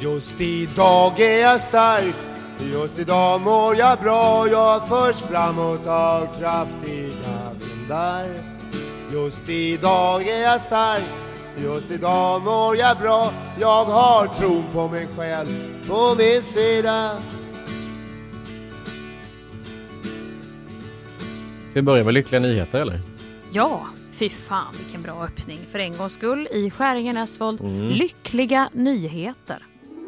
Just idag är jag stark, just idag mår jag bra. Jag förs framåt av kraftiga vindar. Just idag är jag stark, just idag mår jag bra. Jag har tron på mig själv på min sida. Ska vi börja med lyckliga nyheter eller? Ja, fy fan vilken bra öppning. För en gångs skull i Skäringen Esvold. Lyckliga nyheter.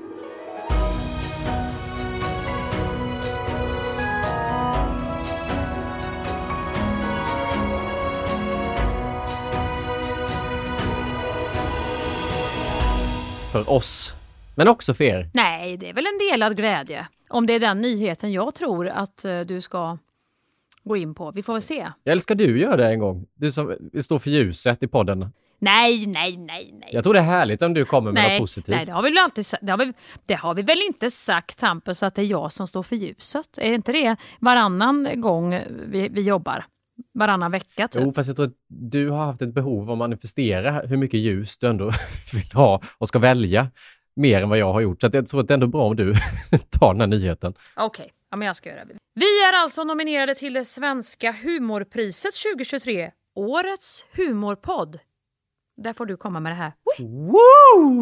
För oss, men också för er. Nej, det är väl en delad glädje. Om det är den nyheten jag tror att du ska gå in på. Vi får väl se. Jag älskar du gör det en gång. Du som står för ljuset i podden. Nej. Jag tror det är härligt om du kommer med något positivt. Nej, det har vi väl alltid det har vi väl inte sagt, Hampus, att det är jag som står för ljuset. Är inte det varannan gång vi jobbar? Varannan vecka typ. Jo, fast jag tror att du har haft ett behov av att manifestera hur mycket ljus du ändå vill ha och ska välja mer än vad jag har gjort. Så att jag tror att det är ändå bra om du tar den här nyheten. Okej, ja, men jag ska göra det. Vi är alltså nominerade till det svenska humorpriset 2023. Årets humorpodd. Där får du komma med det här. Woo!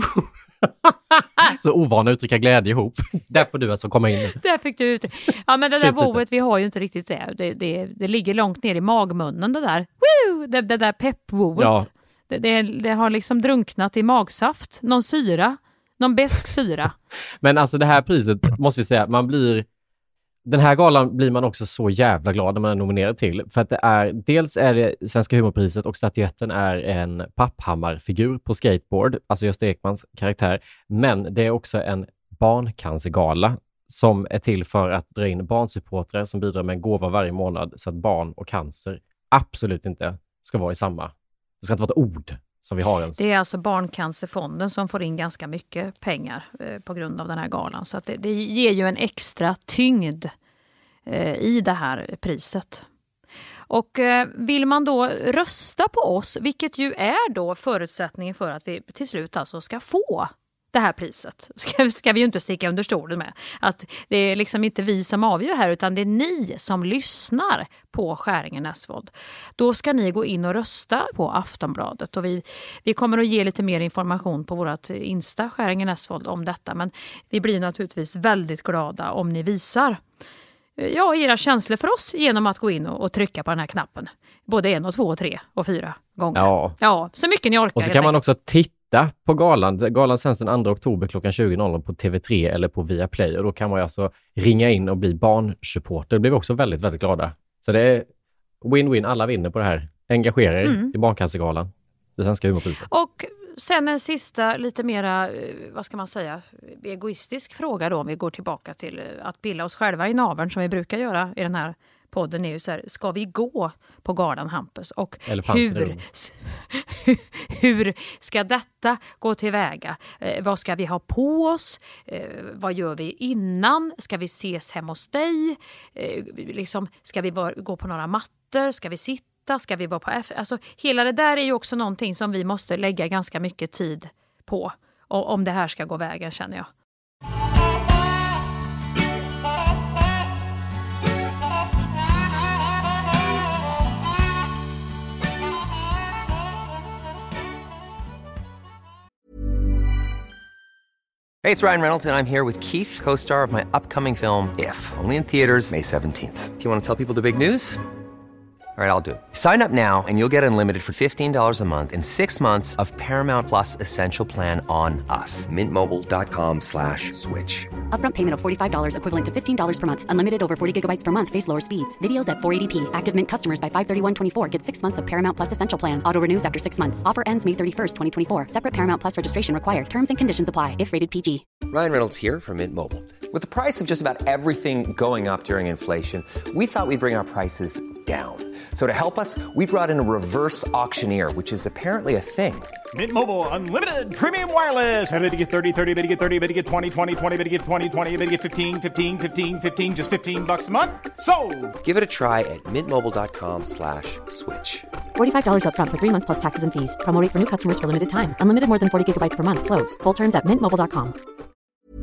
Så ovana uttrycka glädje ihop. Där får du alltså komma in. Där fick du ut. Ja, men det där boet, vi har ju inte riktigt det. Det ligger långt ner i magmunnen det där. Woo! Det där peppboet. Ja. Det har liksom drunknat i magsaft. Någon syra. Någon besk syra. Men alltså det här priset måste vi säga, den här galan blir man också så jävla glad när man är nominerad till. För att dels är det Svenska humorpriset och statyetten är en Papphammar-figur på skateboard, alltså Gösta Ekmans karaktär. Men det är också en barncancergala som är till för att dra in barnsupportrar som bidrar med en gåva varje månad så att barn och cancer absolut inte ska vara i samma. Det ska inte vara ett ord som vi har ens. Det är alltså Barncancerfonden som får in ganska mycket pengar på grund av den här galan. Så att det ger ju en extra tyngd i det här priset. Och vill man då rösta på oss, vilket ju är då förutsättningen för att vi till slut alltså ska få det här priset. Ska vi ju inte sticka under stolen med. Att det är liksom inte vi som avgör här, utan det är ni som lyssnar på Skäringen Esvold. Då ska ni gå in och rösta på Aftonbladet. Och vi kommer att ge lite mer information på vårt Insta Skäringen Esvold om detta. Men vi blir naturligtvis väldigt glada om ni visar era känslor för oss genom att gå in och trycka på den här knappen. Både 1, 2, 3 och 4 gånger. Ja, så mycket ni orkar. Och så kan man också titta på galan. Galan sänds den 2 oktober klockan 20.00 på TV3 eller på Viaplay. Och då kan man alltså ringa in och bli barnsupporter. Det blir vi också väldigt, väldigt glada. Så det är win-win. Alla vinner på det här. Engagera er i Barncancergalan. Det svenska humorpriset. Och sen en sista lite mera, vad ska man säga, egoistisk fråga då, om vi går tillbaka till att pilla oss själva i naveln som vi brukar göra i den här podden, är ju så här: ska vi gå på galan, Hampus? Och hur ska detta gå tillväga? Vad ska vi ha på oss? Vad gör vi innan? Ska vi ses hemma hos dig? Ska vi gå på några mattor? Ska vi sitta? Ska vi vara på alltså hela det där är ju också någonting som vi måste lägga ganska mycket tid på om det här ska gå vägen, känner jag. Hey, it's Ryan Reynolds, and I'm here with Keith, co-star of my upcoming film, If, only in theaters May 17th. Do you want to tell people the big news? All right, I'll do it. Sign up now and you'll get unlimited for $15 a month and 6 months of Paramount Plus Essential Plan on us. MintMobile.com/switch. Upfront payment of $45 equivalent to $15 per month. Unlimited over 40 gigabytes per month. Face lower speeds. Videos at 480p. Active Mint customers by 531.24 get 6 months of Paramount Plus Essential Plan. Auto renews after 6 months. Offer ends May 31st, 2024. Separate Paramount Plus registration required. Terms and conditions apply if rated PG. Ryan Reynolds here from Mint Mobile. With the price of just about everything going up during inflation, we thought we'd bring our prices down. So to help us, we brought in a reverse auctioneer, which is apparently a thing. Mint Mobile Unlimited Premium Wireless. How to get 30, 30, bit to get 30, bit to get 20, 20, 20, bit to get 20, 20, bit to get 15, 15, 15, 15, just $15 a month? Sold! Give it a try at mintmobile.com/switch. $45 up front for 3 months plus taxes and fees. Promo rate for new customers for limited time. Unlimited more than 40 gigabytes per month. Slows full terms at mintmobile.com.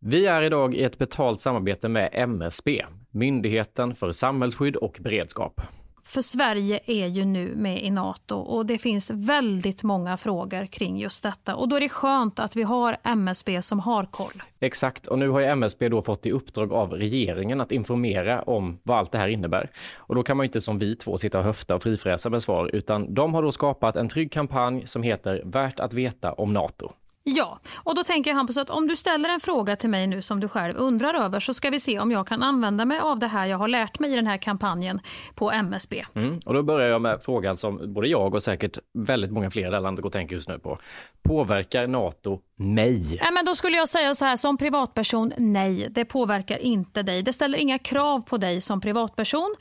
Vi är idag i ett betalt samarbete med MSB, Myndigheten för samhällsskydd och beredskap. För Sverige är ju nu med i NATO och det finns väldigt många frågor kring just detta. Och då är det skönt att vi har MSB som har koll. Exakt, och nu har ju MSB då fått i uppdrag av regeringen att informera om vad allt det här innebär. Och då kan man ju inte som vi två sitta och höfta och frifräsa med svar, utan de har då skapat en trygg kampanj som heter Värt att veta om NATO. Ja, och då tänker jag Hampus att om du ställer en fråga till mig nu som du själv undrar över så ska vi se om jag kan använda mig av det här jag har lärt mig i den här kampanjen på MSB. Och då börjar jag med frågan som både jag och säkert väldigt många fler där landet går och tänker just nu på. Påverkar NATO mig? Ja, men då skulle jag säga så här som privatperson, nej, det påverkar inte dig. Det ställer inga krav på dig som privatperson,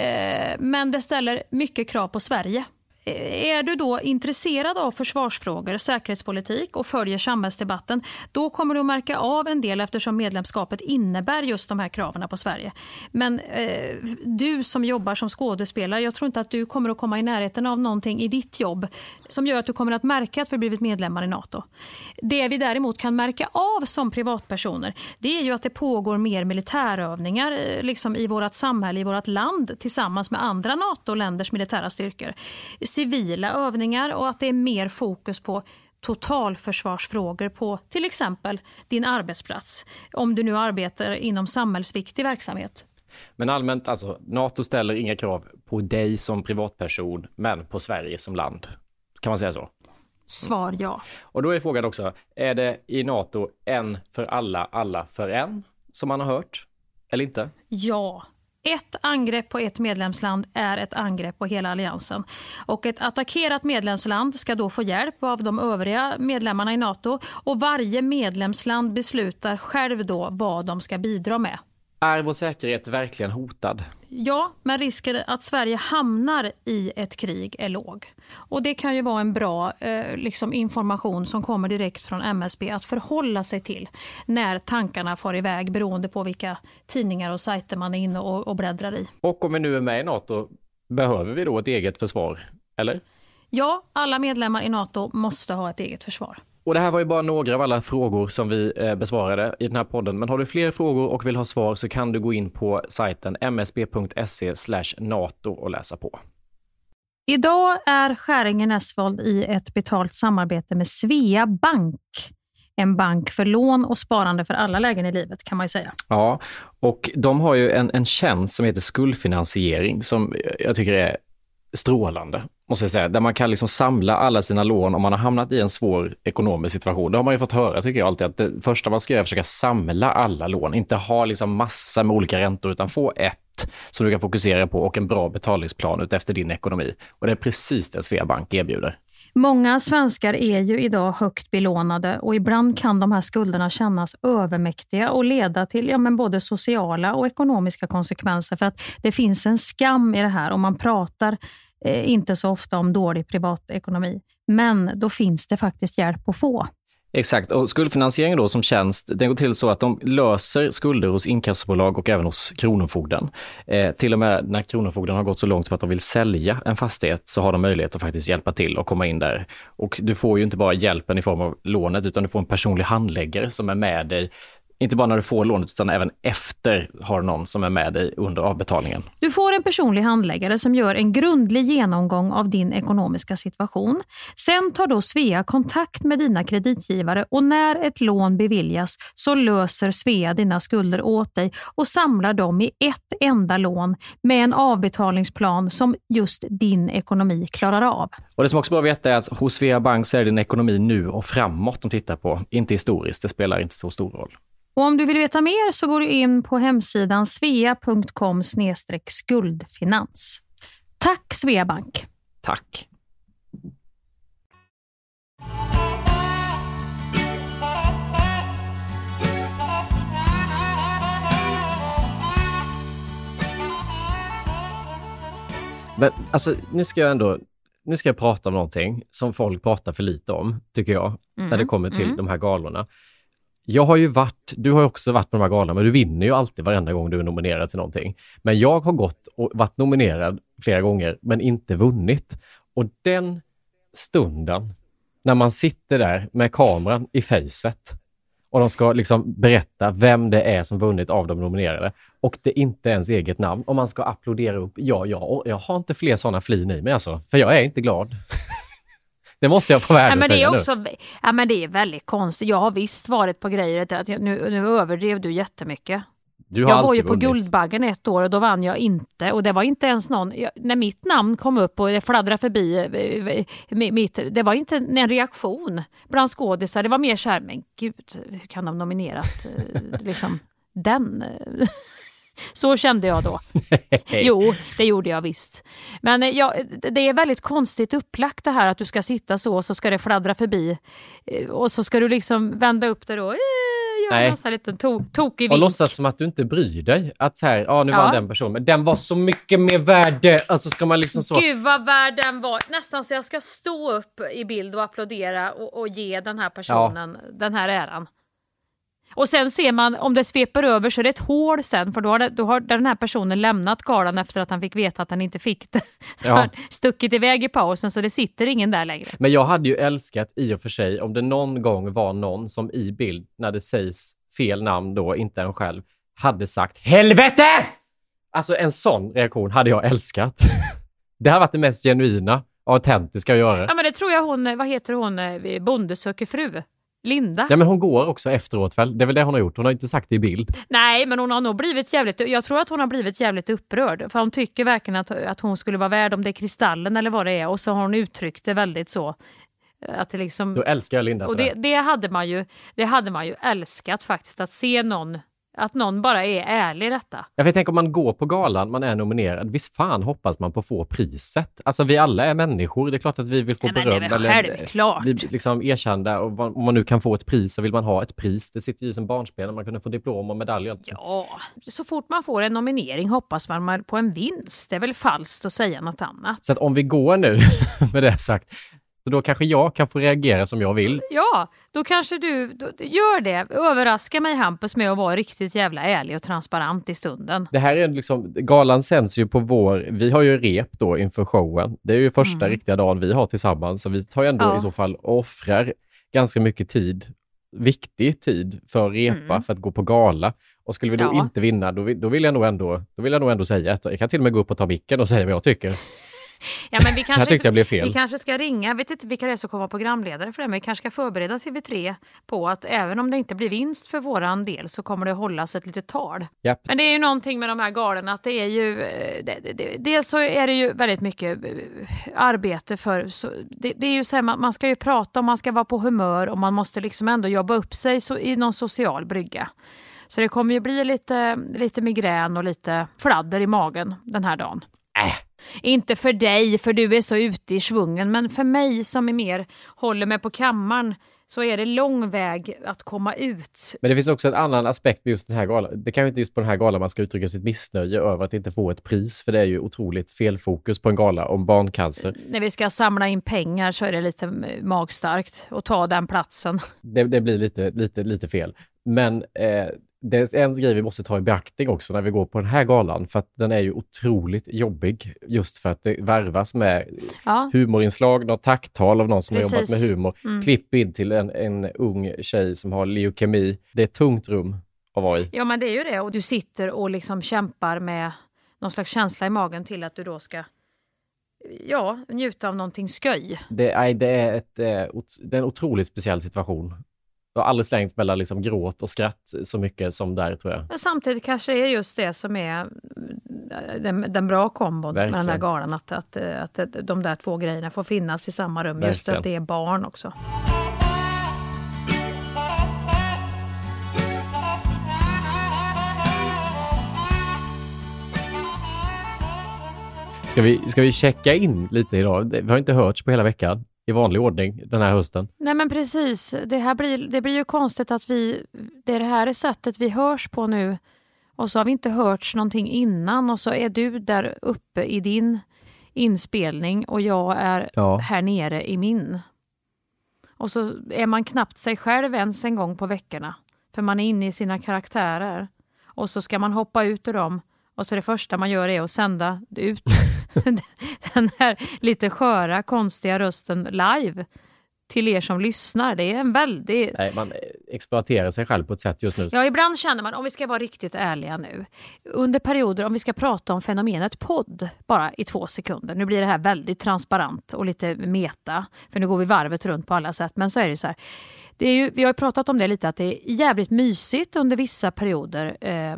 men det ställer mycket krav på Sverige. Är du då intresserad av försvarsfrågor, säkerhetspolitik och följer samhällsdebatten, då kommer du att märka av en del eftersom medlemskapet innebär just de här kraven på Sverige. Men du som jobbar som skådespelare, jag tror inte att du kommer att komma i närheten av någonting i ditt jobb som gör att du kommer att märka att vi blivit medlemmar i NATO. Det vi däremot kan märka av som privatpersoner, det är ju att det pågår mer militärövningar liksom i vårt samhälle, i vårt land tillsammans med andra NATO-länders militära styrkor. Civila övningar och att det är mer fokus på totalförsvarsfrågor på till exempel din arbetsplats om du nu arbetar inom samhällsviktig verksamhet. Men allmänt, alltså NATO ställer inga krav på dig som privatperson men på Sverige som land. Kan man säga så? Svar ja. Och då är frågan också, är det i NATO en för alla, alla för en som man har hört eller inte? Ja. Ett angrepp på ett medlemsland är ett angrepp på hela alliansen. Och ett attackerat medlemsland ska då få hjälp av de övriga medlemmarna i NATO. Och varje medlemsland beslutar själv då vad de ska bidra med. Är vår säkerhet verkligen hotad? Ja, men risken att Sverige hamnar i ett krig är låg. Och det kan ju vara en bra information som kommer direkt från MSB att förhålla sig till när tankarna far iväg beroende på vilka tidningar och sajter man är inne och bläddrar i. Och om vi nu är med i NATO, behöver vi då ett eget försvar, eller? Ja, alla medlemmar i NATO måste ha ett eget försvar. Och det här var ju bara några av alla frågor som vi besvarade i den här podden. Men har du fler frågor och vill ha svar så kan du gå in på sajten msb.se/NATO och läsa på. Idag är Skäringen Esvold i ett betalt samarbete med Svea Bank. En bank för lån och sparande för alla lägen i livet kan man ju säga. Ja, och de har ju en tjänst som heter skuldfinansiering som jag tycker är strålande, måste jag säga, där man kan liksom samla alla sina lån om man har hamnat i en svår ekonomisk situation. Det har man ju fått höra, tycker jag alltid, att det första man ska göra är att försöka samla alla lån, inte ha liksom massa med olika räntor utan få ett som du kan fokusera på och en bra betalningsplan ut efter din ekonomi. Och det är precis det Svea Bank erbjuder. Många svenskar är ju idag högt belånade och ibland kan de här skulderna kännas övermäktiga och leda till både sociala och ekonomiska konsekvenser för att det finns en skam i det här och man pratar inte så ofta om dålig privatekonomi. Men då finns det faktiskt hjälp att få. Exakt, och skuldfinansiering då som tjänst, den går till så att de löser skulder hos inkassobolag och även hos kronofogden. Till och med när kronofogden har gått så långt för att de vill sälja en fastighet så har de möjlighet att faktiskt hjälpa till och komma in där. Och du får ju inte bara hjälpen i form av lånet utan du får en personlig handläggare som är med dig. Inte bara när du får lånet utan även efter har någon som är med dig under avbetalningen. Du får en personlig handläggare som gör en grundlig genomgång av din ekonomiska situation. Sen tar då Svea kontakt med dina kreditgivare och när ett lån beviljas så löser Svea dina skulder åt dig och samlar dem i ett enda lån med en avbetalningsplan som just din ekonomi klarar av. Och det som också bör veta är att hos Svea Bank så är din ekonomi nu och framåt de tittar på, inte historiskt, det spelar inte så stor roll. Och om du vill veta mer så går du in på hemsidan svea.com/skuldfinans. Tack Svea Bank. Tack. Men alltså, nu ska jag prata om någonting som folk pratar för lite om, tycker jag, när det kommer till de här galorna. Du har ju också varit på de här galorna, men du vinner ju alltid varenda gång du är nominerad till någonting. Men jag har gått och varit nominerad flera gånger, men inte vunnit. Och den stunden, när man sitter där med kameran i facet Och de ska liksom berätta vem det är som vunnit av de nominerade. Och det är inte ens eget namn. Och man ska applådera upp. Och jag har inte fler sådana flin i mig alltså. För jag är inte glad. Det måste jag på världen säga nu. Ja, men det är väldigt konstigt. Jag har visst varit på grejer. Att nu överdrev du jättemycket. Jag var ju på Guldbaggen ett år och då vann jag inte. Och det var inte ens någon... när mitt namn kom upp och det fladdrade förbi det var inte en reaktion bland skådisar. Det var mer så här, men gud, hur kan de nominerat liksom den... Så kände jag då. Jo, det gjorde jag visst. Men det är väldigt konstigt upplagt det här att du ska sitta så ska det fladdra förbi. Och så ska du liksom vända upp det då. Jag har en liten tokig vink. Och låtsas som att du inte bryr dig. Att så här, nu var den personen. Men den var så mycket mer värde. Alltså ska man liksom så... Gud vad värd den var. Nästan så jag ska stå upp i bild och applådera och ge den här personen den här äran. Och sen ser man, om det sveper över så är det ett hål sen. För då har den här personen lämnat galan efter att han fick veta att han inte fick det. Så han stuckit iväg i pausen så det sitter ingen där längre. Men jag hade ju älskat i och för sig om det någon gång var någon som i bild, när det sägs fel namn då, inte en själv, hade sagt helvete! Alltså en sån reaktion hade jag älskat. Det har varit det mest genuina och autentiska att göra. Ja men det tror jag vad heter hon, Bonde söker fru? Linda. Ja men hon går också efteråt väl? Det är väl det hon har gjort. Hon har inte sagt det i bild. Nej men hon har nog blivit jag tror att hon har blivit jävligt upprörd. För hon tycker verkligen att hon skulle vara värd om det är kristallen eller vad det är. Och så har hon uttryckt det väldigt så. Att det liksom... Då älskar jag Linda för och det hade man ju älskat faktiskt. Att se att någon bara är ärlig i detta. Jag tänker om man går på galan, man är nominerad. Visst fan hoppas man på att få priset. Alltså vi alla är människor. Det är klart att vi vill få beröm. Självklart. Vi liksom erkända. Och om man nu kan få ett pris så vill man ha ett pris. Det sitter ju som barnspel. Man kunde få diplom och medalj. Ja, så fort man får en nominering hoppas man på en vinst. Det är väl falskt att säga något annat. Så att om vi går nu med det sagt... Så då kanske jag kan få reagera som jag vill. Ja, då kanske du gör det. Överraska mig Hampus med att vara riktigt jävla ärlig och transparent i stunden. Det här är liksom, galan sänds ju på vi har ju rep då inför showen. Det är ju första riktiga dagen vi har tillsammans. Så vi tar ju ändå i så fall offrar ganska mycket tid, viktig tid för att repa, för att gå på gala. Och skulle vi då inte vinna, då vill jag nog ändå säga att jag kan till och med gå upp och ta micken och säga vad jag tycker. Ja, men vi kanske ska ringa, jag vet inte vilka det är som kommer programledare för det, men vi kanske ska förbereda TV3 på att även om det inte blir vinst för våran del så kommer det hållas ett litet tal. Yep. Men det är ju någonting med de här galorna att det är ju, dels så är det ju väldigt mycket arbete för, så det är ju så här, man ska ju prata och man ska vara på humör och man måste liksom ändå jobba upp sig i någon social brygga. Så det kommer ju bli lite migrän och lite fladder i magen den här dagen. Inte för dig, för du är så ute i svungen, men för mig som är mer håller mig på kammaren så är det lång väg att komma ut. Men det finns också en annan aspekt med just den här galan. Det kan ju inte just på den här galan man ska uttrycka sitt missnöje över att inte få ett pris, för det är ju otroligt felfokus på en gala om barncancer. När vi ska samla in pengar så är det lite magstarkt att ta den platsen. Det blir lite fel. Men det är en grej vi måste ta i beaktning också när vi går på den här galan, för att den är ju otroligt jobbig just för att det värvas med humorinslag, något tacktal av någon som har jobbat med humor. Klipp in till en ung tjej som har leukemi. Det är ett tungt rum att vara i. Ja, men det är ju det. Och du sitter och liksom kämpar med någon slags känsla i magen till att du då ska njuta av någonting sköj. Det är en otroligt speciell situation. Jag har aldrig slängt mellan liksom gråt och skratt så mycket som där, tror jag. Men samtidigt kanske det är just det som är den bra kombon med den här galan. Att de där två grejerna får finnas i samma rum. Verkligen. Just att det är barn också. Ska vi checka in lite idag? Vi har inte hörts på hela veckan. I vanlig ordning den här hösten. Nej men precis, det blir ju konstigt att det här är sättet vi hörs på nu och så har vi inte hörts någonting innan och så är du där uppe i din inspelning och jag är här nere i min. Och så är man knappt sig själv ens en gång på veckorna för man är inne i sina karaktärer och så ska man hoppa ut ur dem och så det första man gör är att sända ut den här lite sköra, konstiga rösten live. till er som lyssnar. Det är en väldigt... Nej, man exploaterar sig själv på ett sätt just nu. Ja, ibland känner man, om vi ska vara riktigt ärliga nu, under perioder, om vi ska prata om fenomenet podd bara i 2 sekunder. Nu blir det här väldigt transparent och lite meta, för nu går vi varvet runt på alla sätt. Men så är det ju så här. Det är ju, vi har ju pratat om det lite, att det är jävligt mysigt under vissa perioder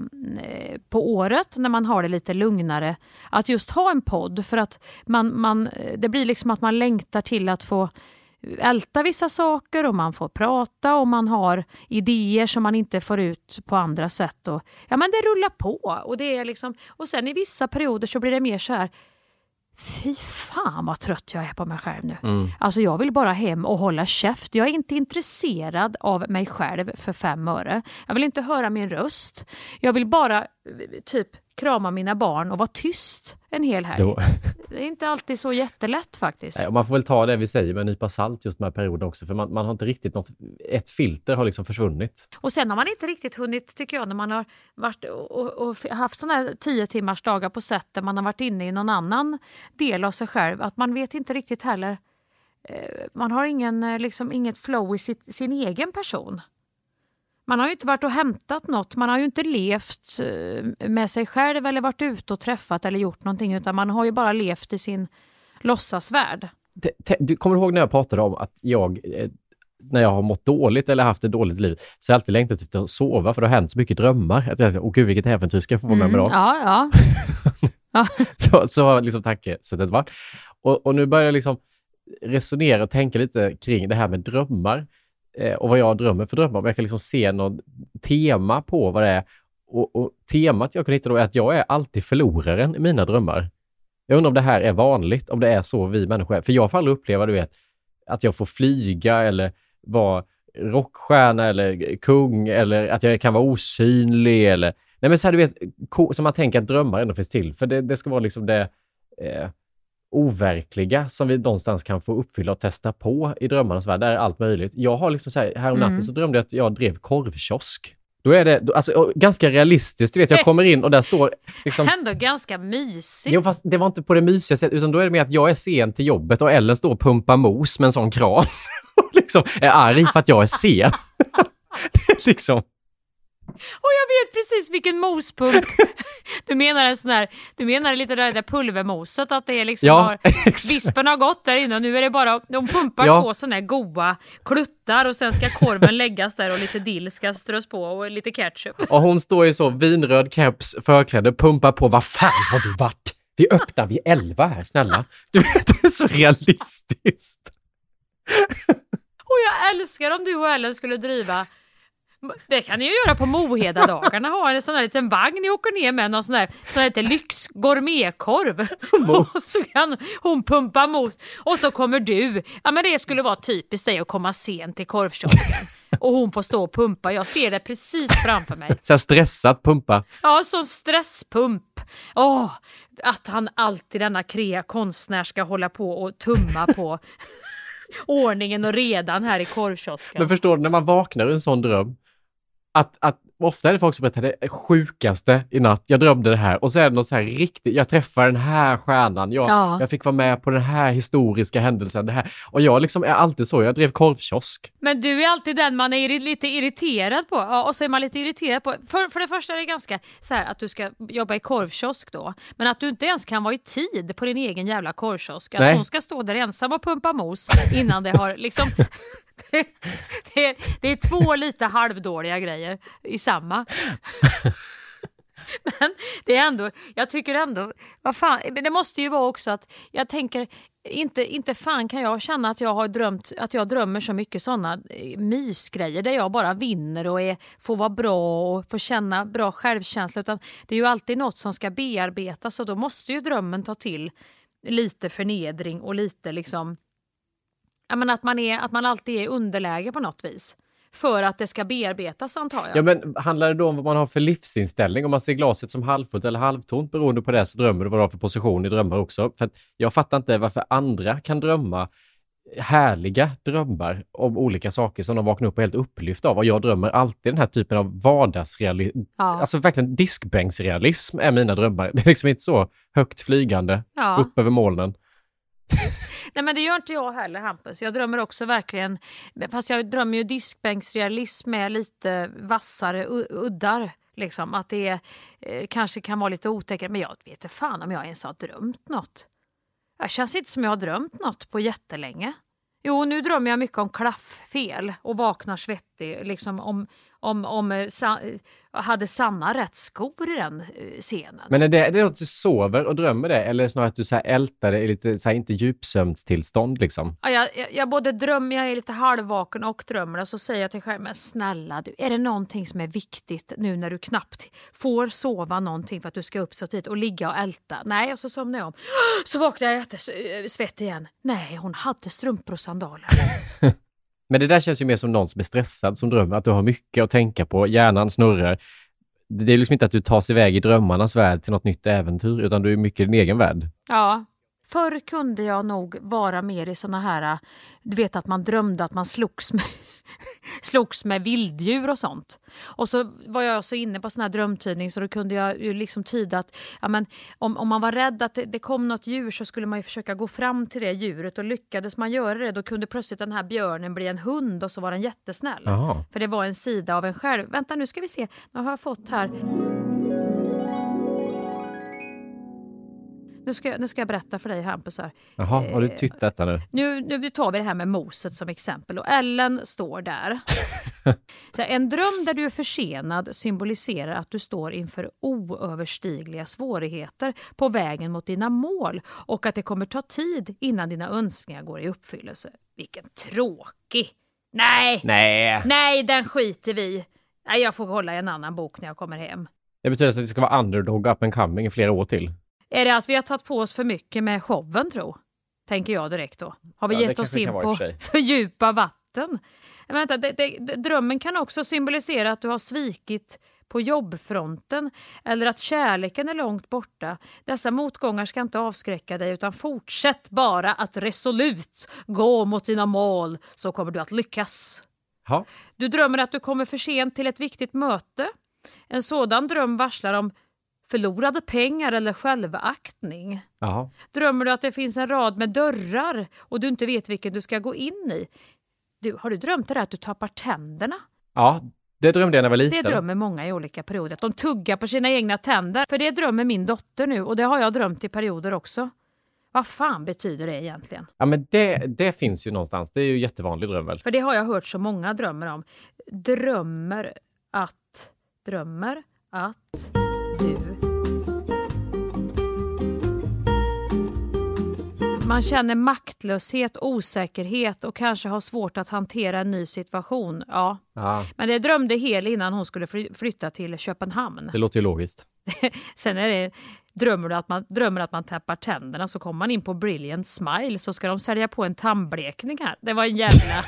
på året när man har det lite lugnare att just ha en podd, för att det blir liksom att man längtar till att få älta vissa saker och man får prata och man har idéer som man inte får ut på andra sätt och ja, men det rullar på och det är liksom, och sen i vissa perioder så blir det mer så här: fy fan vad trött jag är på mig själv nu. Alltså jag vill bara hem och hålla käft. Jag är inte intresserad av mig själv för 5 öre. Jag vill inte höra min röst. Jag vill bara typ krama mina barn och vara tyst en hel helg. Det är inte alltid så jättelätt faktiskt. Nej, och man får väl ta det vi säger med en nypa salt just de här perioderna också. För man har inte riktigt något, ett filter har liksom försvunnit. Och sen har man inte riktigt hunnit, tycker jag, när man har varit och haft sådana här 10 timmars dagar på sätt där man har varit inne i någon annan del av sig själv. Att man vet inte riktigt heller. Man har inget flow i sin egen person. Man har ju inte varit och hämtat något. Man har ju inte levt med sig själv eller varit ute och träffat eller gjort någonting, utan man har ju bara levt i sin låtsasvärld. Du kommer ihåg när jag pratade om att när jag har mått dåligt eller haft ett dåligt liv, så har jag alltid längtat efter att sova, för det har hänt så mycket drömmar. Att jag åh gud, vilket äventyr ska jag få vara med då? Ja. så har liksom tankesättet varit. Och nu börjar jag liksom resonera och tänka lite kring det här med drömmar. Och vad jag drömmer för drömmar. Jag kan liksom se något tema på vad det är. Och temat jag kan hitta då är att jag är alltid förloraren i mina drömmar. Jag undrar om det här är vanligt, om det är så vi människor är. För jag får aldrig uppleva, du vet, att jag får flyga eller vara rockstjärna eller kung, eller att jag kan vara osynlig eller... Nej, men så här, du vet, som man tänker att drömmar ändå finns till. För det ska vara liksom det overkliga som vi någonstans kan få uppfylla och testa på i drömmarnas värld. Där är allt möjligt. Jag har liksom så här, häromnatten så drömde jag att jag drev korvkiosk. Då är det alltså ganska realistiskt. Du vet, jag kommer in och där står liksom... Ändå ganska mysigt. Jo, fast det var inte på det mysiga sättet, utan då är det mer att jag är sen till jobbet och Ellen står och pumpar mos med en sån kran. Och liksom är arg för att jag är sen. Det är liksom... Och jag vet precis vilken mospump. Du menar lite där pulvermoset, att det är liksom vispen har gått där inne och nu är det bara, de pumpar 2 sådana här goda kluttar och sen ska korven läggas där och lite dill ska strös på och lite ketchup. Och hon står ju så, vinröd keps, förkläde, pumpar på. Vad fan har du varit? Vi öppnar vid 11 här, snälla. Du vet, det är så realistiskt. Och jag älskar om du och Ellen skulle driva. Det kan ni ju göra på Moheda-dagarna. Ha en sån här liten vagn ni åker ner med, någon sån här lite lyx gourmetkorv. Och så kan hon pumpa mos. Och så kommer du. Ja, men det skulle vara typiskt dig att komma sent till korvkiosken. Och hon får stå och pumpa. Jag ser det precis framför mig. Så här stressat pumpa. Ja, sån stresspump. Att han alltid, denna konstnär, ska hålla på och tumma på ordningen och redan här i korvkiosken. Men förstår du, när man vaknar ur en sån dröm, att ofta är det folk som berättar det sjukaste i natt. Jag drömde det här. Och så är det något så här riktigt, jag träffar den här stjärnan. Jag fick vara med på den här historiska händelsen. Det här. Och jag liksom är alltid så. Jag drev korvkiosk. Men du är alltid den man är lite irriterad på. Ja, och så är man lite irriterad på. För det första är det ganska så här att du ska jobba i korvkiosk då. Men att du inte ens kan vara i tid på din egen jävla korvkiosk. Att hon ska stå där ensam och pumpa mos innan det har liksom... Det är 2 lite halvdåliga grejer i samma. Men det är ändå, jag tycker ändå, vad fan, det måste ju vara också att jag tänker, inte fan kan jag känna att jag har drömt, att jag drömmer så mycket sådana mysgrejer där jag bara vinner och får vara bra och får känna bra självkänsla, utan det är ju alltid något som ska bearbetas, och då måste ju drömmen ta till lite förnedring och lite liksom, ja, men att man alltid är i underläge på något vis. För att det ska bearbetas, antar jag. Ja, men handlar det då om vad man har för livsinställning? Om man ser glaset som halvfullt eller halvtont, beroende på det, så drömmer du vad du har för position i drömmar också. För att jag fattar inte varför andra kan drömma härliga drömmar om olika saker som de vaknar upp och helt upplyft av. Och jag drömmer alltid den här typen av vardagsrealism. Ja. Alltså verkligen diskbänksrealism är mina drömmar. Det är liksom inte så högt flygande upp över molnen. Nej, men det gör inte jag heller, Hampus. Jag drömmer också verkligen, fast jag drömmer ju diskbänksrealism med lite vassare uddar. Liksom, att det kanske kan vara lite otäckert, men jag vet inte fan om jag ens har drömt något. Jag känns inte som jag har drömt något på jättelänge. Jo, nu drömmer jag mycket om klafffel och vaknar svettig. Liksom hade Sanna rätt skor i den scenen. Men är det att du sover och drömmer det? Eller snarare att du så här ältar det i lite så här, inte djupsömnstillstånd liksom? Ja, jag både drömmer, jag är lite halvvaken och drömmer. Och så säger jag till själv, men snälla du, är det någonting som är viktigt nu när du knappt får sova någonting för att du ska upp så tidigt och ligga och älta? Nej, och så somnar jag om. Så vaknar jag jättesvett igen. Nej, hon hade strumpor och sandaler. Men det där känns ju mer som någon som är stressad som drömmer, att du har mycket att tänka på, hjärnan snurrar. Det är liksom inte att du tar sig iväg i drömmarnas värld till något nytt äventyr, utan du är mycket i din egen värld. Ja, förr kunde jag nog vara mer i såna här, du vet att man drömde att man slogs med vilddjur och sånt. Och så var jag så inne på sån här drömtydning så då kunde jag ju liksom tyda att ja, men, om man var rädd att det kom något djur så skulle man ju försöka gå fram till det djuret, och lyckades man göra det då kunde plötsligt den här björnen bli en hund och så var den jättesnäll. Aha. För det var en sida av en själv. Vänta, nu ska vi se. Nu har jag fått här. Nu ska jag berätta för dig, Hampus. Jaha, har du tytt detta nu? Nu tar vi det här med moset som exempel. Och Ellen står där. Så en dröm där du är försenad symboliserar att du står inför oöverstigliga svårigheter på vägen mot dina mål. Och att det kommer ta tid innan dina önskningar går i uppfyllelse. Vilken tråkig! Nej, den skiter vi. Nej, jag får hålla i en annan bok när jag kommer hem. Det betyder att det ska vara underdog up and coming i flera år till. Är det att vi har tagit på oss för mycket med showen, tro? Tänker jag direkt då. Har vi gett oss in på för djupa vatten? Vänta, drömmen kan också symbolisera att du har svikit på jobbfronten eller att kärleken är långt borta. Dessa motgångar ska inte avskräcka dig, utan fortsätt bara att resolut gå mot dina mål, så kommer du att lyckas. Ha. Du drömmer att du kommer för sent till ett viktigt möte. En sådan dröm varslar om förlorade pengar eller självaktning. Aha. Drömmer du att det finns en rad med dörrar och du inte vet vilken du ska gå in i? Har du drömt det där att du tappar tänderna? Ja, det drömde jag när jag var liten. Det drömmer många i olika perioder. Att de tuggar på sina egna tänder. För det drömmer min dotter nu, och det har jag drömt i perioder också. Vad fan betyder det egentligen? Ja, men det finns ju någonstans. Det är ju jättevanlig dröm väl? För det har jag hört så många drömmer om. Drömmer att du... Man känner maktlöshet, osäkerhet och kanske har svårt att hantera en ny situation. Ja. Men det drömde Hel innan hon skulle flytta till Köpenhamn. Det låter ju logiskt. Sen är det drömmer att man tappar tänderna, så kommer man in på Brilliant Smile så ska de sälja på en tandblekning här. Det var en jävla...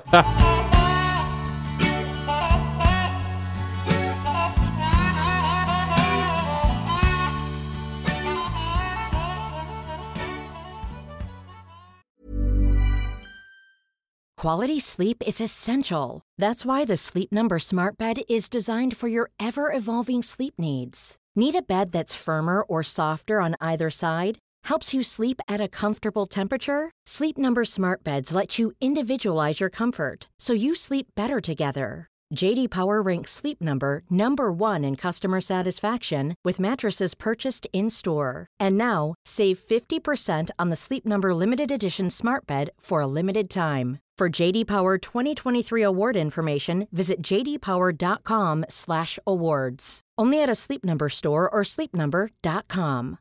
Quality sleep is essential. That's why the Sleep Number Smart Bed is designed for your ever-evolving sleep needs. Need a bed that's firmer or softer on either side? Helps you sleep at a comfortable temperature? Sleep Number Smart Beds let you individualize your comfort, so you sleep better together. J.D. Power ranks Sleep Number #1 in customer satisfaction with mattresses purchased in-store. And now, save 50% on the Sleep Number Limited Edition Smart Bed for a limited time. For J.D. Power 2023 award information, visit jdpower.com/awards. Only at a Sleep Number store or sleepnumber.com.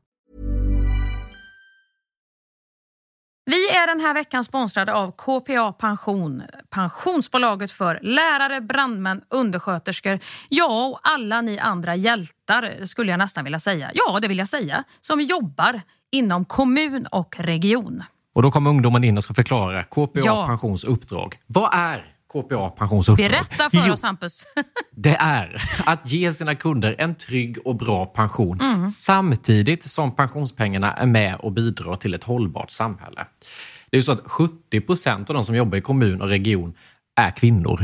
Vi är den här veckan sponsrade av KPA Pension, pensionsbolaget för lärare, brandmän, undersköterskor, ja och alla ni andra hjältar skulle jag nästan vilja säga. Ja, det vill jag säga, som jobbar inom kommun och region. Och då kommer ungdomen in och ska förklara KPA Pensions uppdrag. Vad är KPA Pensions uppdrag? Berätta för oss, Hampus. Det är att ge sina kunder en trygg och bra pension samtidigt som pensionspengarna är med och bidrar till ett hållbart samhälle. Det är ju så att 70% av de som jobbar i kommun och region är kvinnor.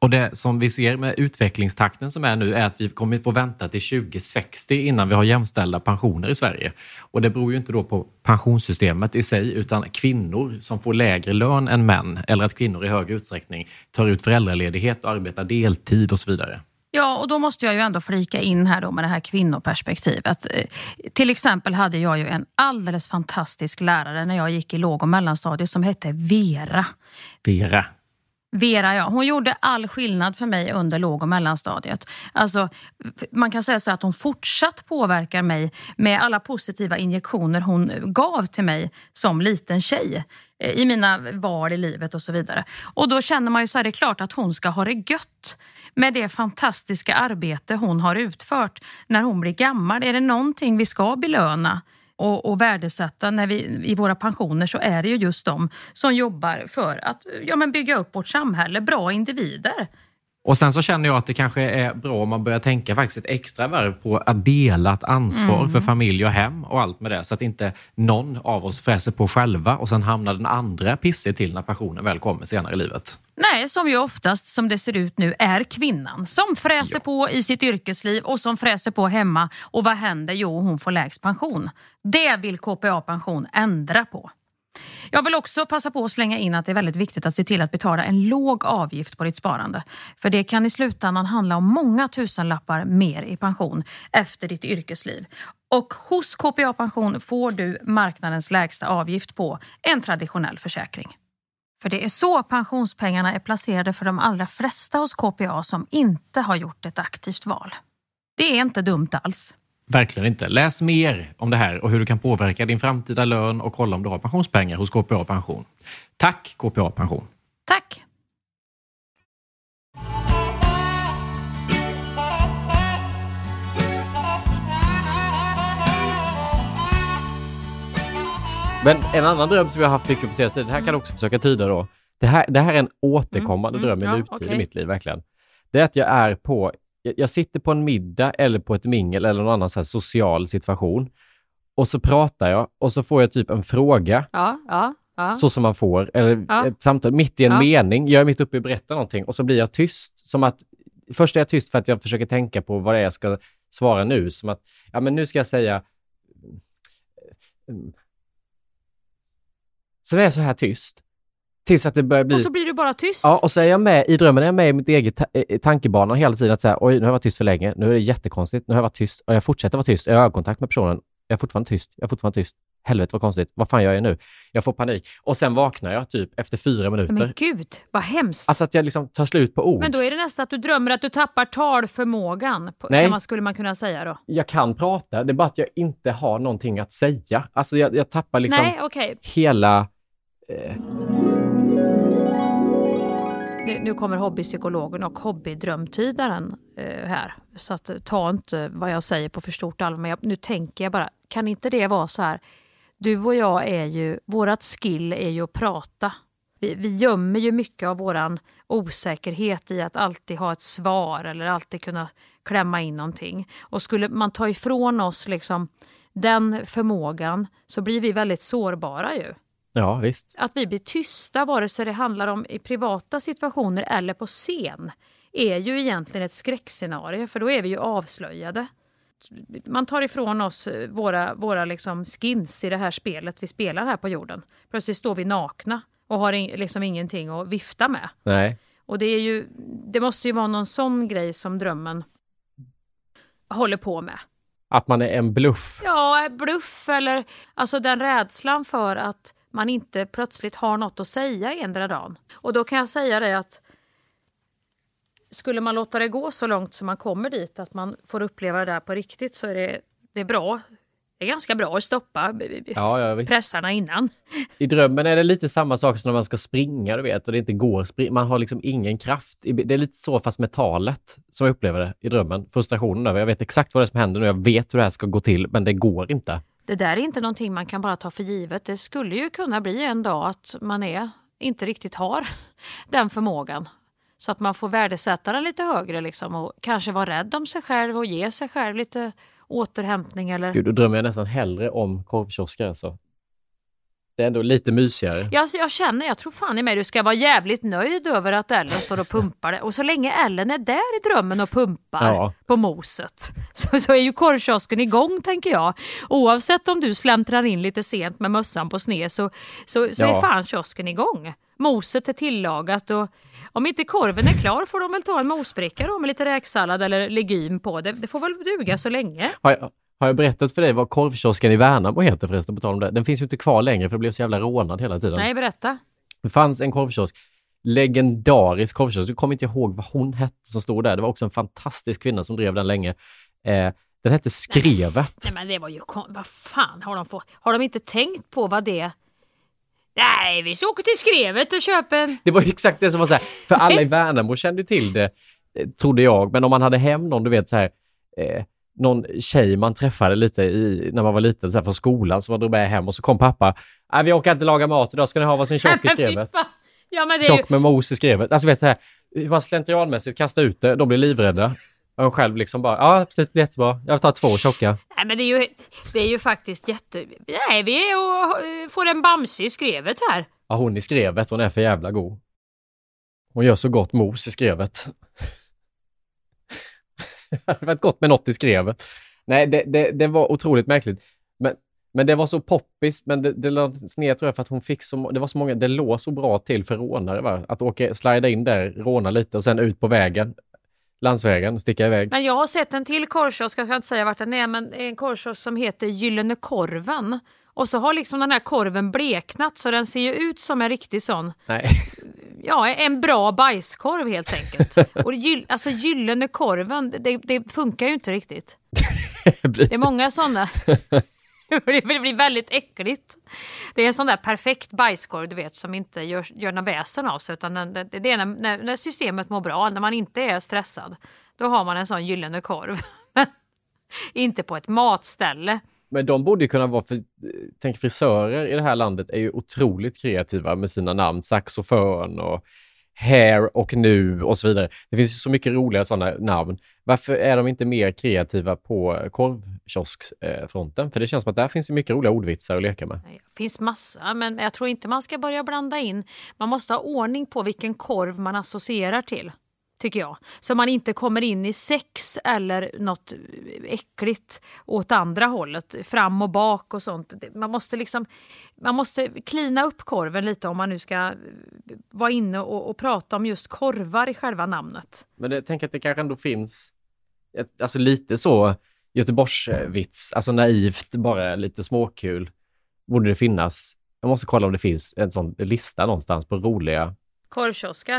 Och det som vi ser med utvecklingstakten som är nu är att vi kommer få vänta till 2060 innan vi har jämställda pensioner i Sverige. Och det beror ju inte då på pensionssystemet i sig utan kvinnor som får lägre lön än män eller att kvinnor i hög utsträckning tar ut föräldraledighet och arbetar deltid och så vidare. Ja, och då måste jag ju ändå flika in här då med det här kvinnoperspektivet. Till exempel hade jag ju en alldeles fantastisk lärare när jag gick i låg- och mellanstadiet som hette Vera. Vera, ja. Hon gjorde all skillnad för mig under låg- och mellanstadiet. Alltså, man kan säga så att hon fortsatt påverkar mig med alla positiva injektioner hon gav till mig som liten tjej i mina val i livet och så vidare. Och då känner man ju så här, det är klart att hon ska ha det gött med det fantastiska arbete hon har utfört när hon blir gammal. Är det någonting vi ska belöna och värdesätta när vi i våra pensioner, så är det ju just de som jobbar för att bygga upp vårt samhälle, bra individer. Och sen så känner jag att det kanske är bra om man börjar tänka faktiskt ett extra varv på att dela ett ansvar för familj och hem och allt med det. Så att inte någon av oss fräser på själva och sen hamnar den andra pissig till när pensionen väl kommer senare i livet. Nej, som ju oftast som det ser ut nu är kvinnan som fräser på i sitt yrkesliv och som fräser på hemma. Och vad händer? Jo, hon får lägst pension. Det vill KPA-pension ändra på. Jag vill också passa på att slänga in att det är väldigt viktigt att se till att betala en låg avgift på ditt sparande. För det kan i slutändan handla om många tusenlappar mer i pension efter ditt yrkesliv. Och hos KPA-pension får du marknadens lägsta avgift på en traditionell försäkring. För det är så pensionspengarna är placerade för de allra flesta hos KPA som inte har gjort ett aktivt val. Det är inte dumt alls. Verkligen inte. Läs mer om det här och hur du kan påverka din framtida lön och kolla om du har pensionspengar hos KPA Pension. Tack KPA Pension. Tack! Men en annan dröm som jag har haft mycket på senaste tiden, det här kan du också försöka tyda då. Det här är en återkommande dröm i nutid i mitt liv, verkligen. Det är att jag sitter på en middag eller på ett mingel eller någon annan så här social situation och så pratar jag och så får jag typ en fråga. Ja. Så som man får, eller ett samtal mitt i en mening. Jag är mitt uppe i att berätta någonting och så blir jag tyst. Som att, först är jag tyst för att jag försöker tänka på vad det är jag ska svara nu. Som att, men nu ska jag säga... Så det är så här tyst. Tills att det börjar bli... Och så blir du bara tyst. Ja, och så är jag med i drömmen, är jag med i mitt eget tankebana hela tiden att säga, oj, nu har jag varit tyst för länge, nu är det jättekonstigt, nu har jag varit tyst och jag fortsätter vara tyst, jag har ögonkontakt med personen, jag är fortfarande tyst, helvete vad konstigt, vad fan gör jag nu? Jag får panik och sen vaknar jag typ efter 4 minuter. Men gud, vad hemskt. Alltså att jag liksom tar slut på ord. Men då är det nästan att du drömmer att du tappar talförmågan, skulle man kunna säga då. Jag kan prata, det är bara att jag inte har någonting att säga. Alltså jag tappar liksom hela... Nu kommer hobbypsykologen och hobbydrömtydaren här. Så att ta inte vad jag säger på för stort allvar. Men nu tänker jag bara, kan inte det vara så här? Du och jag vårat skill är ju att prata. Vi gömmer ju mycket av våran osäkerhet i att alltid ha ett svar eller alltid kunna klämma in någonting. Och skulle man ta ifrån oss liksom den förmågan så blir vi väldigt sårbara ju. Ja, visst. Att vi blir tysta, vare sig det handlar om i privata situationer eller på scen, är ju egentligen ett skräckscenario, för då är vi ju avslöjade. Man tar ifrån oss våra liksom skins i det här spelet vi spelar här på jorden. Plötsligt står vi nakna och har liksom ingenting att vifta med. Nej. Och det måste ju vara någon sån grej som drömmen håller på med. Att man är en bluff. Ja, bluff eller alltså den rädslan för att man inte plötsligt har något att säga endera dagen. Och då kan jag säga det att skulle man låta det gå så långt som man kommer dit att man får uppleva det där på riktigt, så är det bra. Det är ganska bra att stoppa pressarna innan. I drömmen är det lite samma sak som när man ska springa, du vet, och det inte går. Man har liksom ingen kraft. Det är lite så fast med talet som jag upplever det i drömmen. Frustrationen över. Jag vet exakt vad det är som händer nu. Jag vet hur det här ska gå till, men det går inte. Det där är inte någonting man kan bara ta för givet. Det skulle ju kunna bli en dag att man inte riktigt har den förmågan. Så att man får värdesätta den lite högre liksom, och kanske vara rädd om sig själv och ge sig själv lite återhämtning. Eller... Gud, då drömmer jag nästan hellre om korvkiosker alltså. Det är ändå lite mysigare. Jag tror fan i mig du ska vara jävligt nöjd över att Ellen står och pumpar det. Och så länge Ellen är där i drömmen och pumpar på moset så är ju korvkiosken igång, tänker jag. Oavsett om du släntrar in lite sent med mössan på sned så är fan kiosken igång. Moset är tillagat och om inte korven är klar får de väl ta en mosbricka då med lite räksallad eller legym på. Det får väl duga så länge. Har jag berättat för dig vad korvkiosken i Värnamo heter förresten på tal om det? Den finns ju inte kvar längre för det blev så jävla rånad hela tiden. Nej, berätta. Det fanns en korvkiosk, legendarisk korvkiosk. Du kommer inte ihåg vad hon hette som stod där. Det var också en fantastisk kvinna som drev den länge. Den hette Skrevet. Nej, men det var ju... Vad fan har de inte tänkt på vad det... Nej, vi ska åka till Skrevet och köpa en... Det var ju exakt det som var så här. För alla i Värnamo kände ju till det, trodde jag. Men om man hade hem någon, du vet så här... någon tjej man träffade lite när man var liten så här, från skolan, så var det med hem och så kom pappa. Vi åker inte laga mat idag, ska ni ha vad som tjock i Skrevet? Ja, men det tjock med mos i Skrevet. Alltså vet så här, man slentrianmässigt kastar ut det, de blir livrädda. Och de själv liksom bara, absolut, det blir jättebra. Jag tar 2 tjocka. Nej, men det är ju faktiskt Nej, vi är och får en Bamse i Skrevet här. Ja, hon i Skrevet, hon är för jävla god. Hon gör så gott mos i Skrevet. Det var gott med något i Skrevet. Nej, det var otroligt märkligt. Men det var så poppis, men det lades ner tror jag för att hon fick det var så många, det låg så bra till för rånare, va? Att slida in där, råna lite och sen ut på vägen, landsvägen, sticka iväg. Men jag har sett en till korvkiosk, jag kan inte säga vart den är, men en korvkiosk som heter Gyllene Korven. Och så har liksom den här korven bleknat så den ser ju ut som en riktig sån. Nej. Ja, en bra bajskorv helt enkelt. Och alltså Gyllene Korven, det funkar ju inte riktigt. Det är många sådana. Det blir väldigt äckligt. Det är en sån där perfekt bajskorv, du vet, som inte gör någon väsen av sig. Utan det är när systemet mår bra, när man inte är stressad. Då har man en sån gyllene korv. Inte på ett matställe. Men de borde ju kunna vara, tänk frisörer i det här landet är ju otroligt kreativa med sina namn. Saxofon och Hair och Nu och så vidare. Det finns ju så mycket roliga sådana namn. Varför är de inte mer kreativa på korvkioskfronten? För det känns som att där finns ju mycket roliga ordvitsar att leka med. Det finns massa, men jag tror inte man ska börja blanda in. Man måste ha ordning på vilken korv man associerar till, tycker jag. Så man inte kommer in i sex eller något äckligt åt andra hållet, fram och bak och sånt. Man måste klina upp korven lite om man nu ska vara inne och prata om just korvar i själva namnet. Men jag tänker att det kanske ändå finns alltså lite så Göteborgsvits, alltså naivt, bara lite småkul. Borde det finnas? Jag måste kolla om det finns en sån lista någonstans på roliga korvkioskar.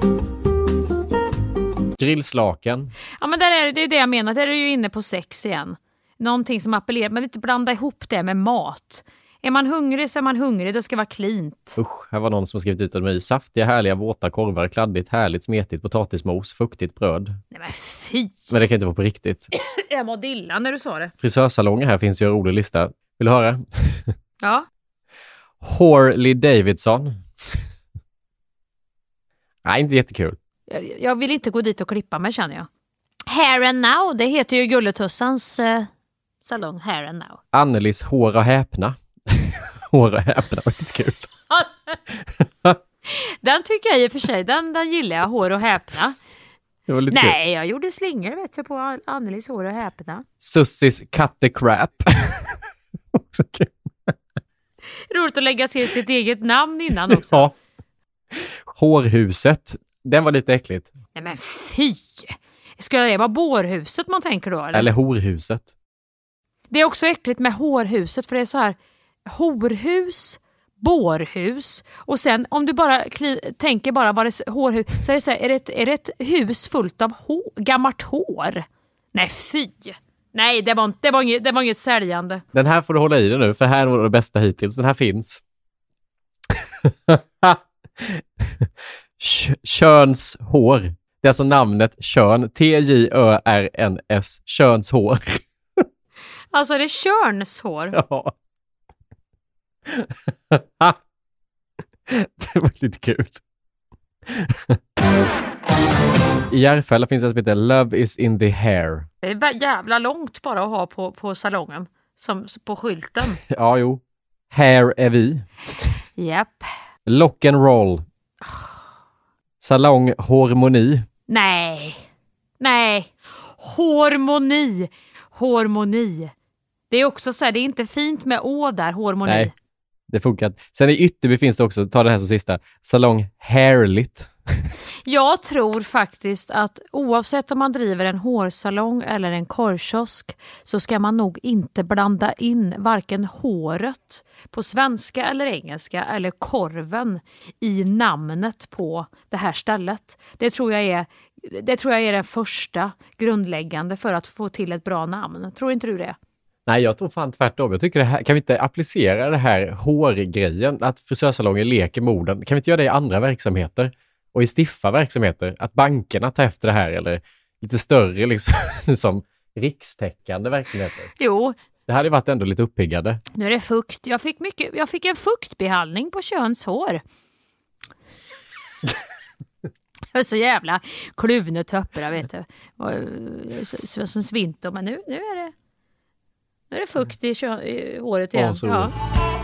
Grillslaken. Ja, men där är det är det jag menar. Där är du ju inne på sex igen. Någonting som appellerar. Man vill inte blanda ihop det med mat. Är man hungrig så är man hungrig. Det ska vara cleant. Usch, här var någon som har skrivit ut en meny. Saftiga, härliga, våta korvar. Kladdigt, härligt, smetigt, potatismos, fuktigt bröd. Nej men fy. Men det kan inte vara på riktigt. Jag mådde illa när du sa det. Frisörsalonger här finns ju en rolig lista. Vill du höra? Ja. Harley Davidson. Nej, inte jättekul. Jag vill inte gå dit och klippa mig, känner jag. Hair and Now, det heter ju Gulletussans salong. Hair and Now. Annelies Hår och häpna. Hår och häpna var inte kul. Den tycker jag i och för sig, den gillar jag, Hår och häpna. Det var lite Nej, kul. Jag gjorde slingor vet jag på Annelies Hår och häpna. Sussis Cut the Crap. Också kul. Roligt att lägga till sitt eget namn innan också. Ja. Hårhuset. Den var lite äckligt. Nej men fy! Ska det vara bårhuset man tänker då? Eller horhuset. Det är också äckligt med hårhuset, för det är så här horhus, bårhus och sen om du bara tänker bara vad det är hårhus, så är det så här, är det ett hus fullt av gammalt hår? Nej fy! Nej, det var inget säljande. Den här får du hålla i dig nu, för här var det bästa hittills. Den här finns. Könshår. Det är alltså namnet kön. T-J-Ö-R-N-S. Könshår. Alltså är det könshår? Ja. Det var lite kul. I Järfälla finns det som heter Love is in the hair. Det är jävla långt bara att ha på salongen. Som på skylten. Ja, jo. Hair är vi. Japp. Lock and roll. Salong hormoni. Nej. Hormoni. Det är också så här, det är inte fint med å där, hormoni. Nej, det funkar. Sen i Ytterby finns det också, ta det här som sista, salong hairligt. Jag tror faktiskt att oavsett om man driver en hårsalong eller en korvkiosk så ska man nog inte blanda in varken håret på svenska eller engelska eller korven i namnet på det här stället. Det tror jag är det första grundläggande för att få till ett bra namn. Tror inte du det? Nej, jag tror fan tvärtom. Jag tycker det här, kan vi inte applicera det här hårgrejen, att frisörsalonger leker morden? Kan vi inte göra det i andra verksamheter? Och i stiffa verksamheter, att bankerna tar efter det här eller lite större liksom, som rikstäckande verksamheter. Jo. Det hade varit ändå lite uppiggande. Nu är det fukt. Jag fick en fuktbehandling på könshår. Jag är så jävla kluvne töppra, vet du. Som svinter, men nu är det fukt i håret igen. Ja.